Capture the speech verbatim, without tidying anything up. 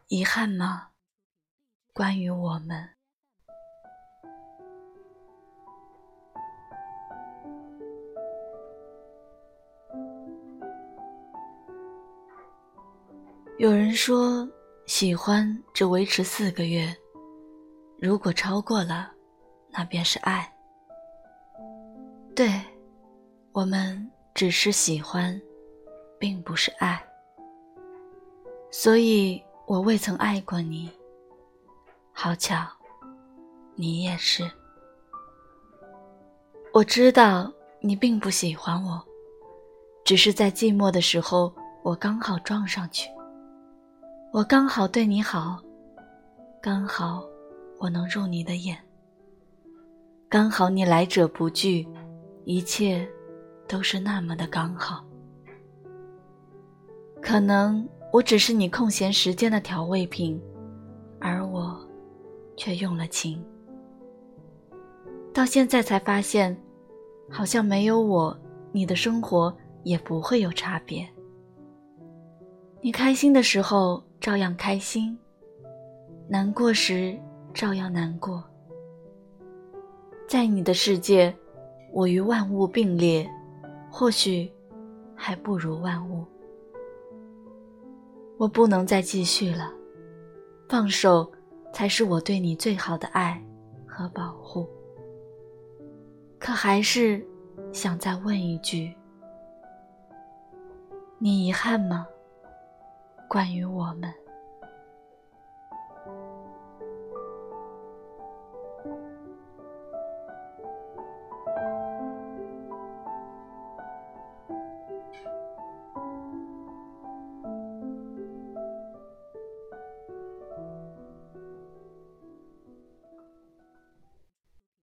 遗憾吗？关于我们。有人说，喜欢只维持四个月，如果超过了，那便是爱。对，我们只是喜欢，并不是爱。所以我未曾爱过你，好巧，你也是。我知道你并不喜欢我，只是在寂寞的时候，我刚好撞上去。我刚好对你好，刚好我能入你的眼，刚好你来者不拒，一切都是那么的刚好。可能我只是你空闲时间的调味品，而我却用了情。到现在才发现，好像没有我，你的生活也不会有差别。你开心的时候照样开心，难过时照样难过。在你的世界，我与万物并列，或许还不如万物。我不能再继续了，放手才是我对你最好的爱和保护。可还是想再问一句，你遗憾吗？关于我们。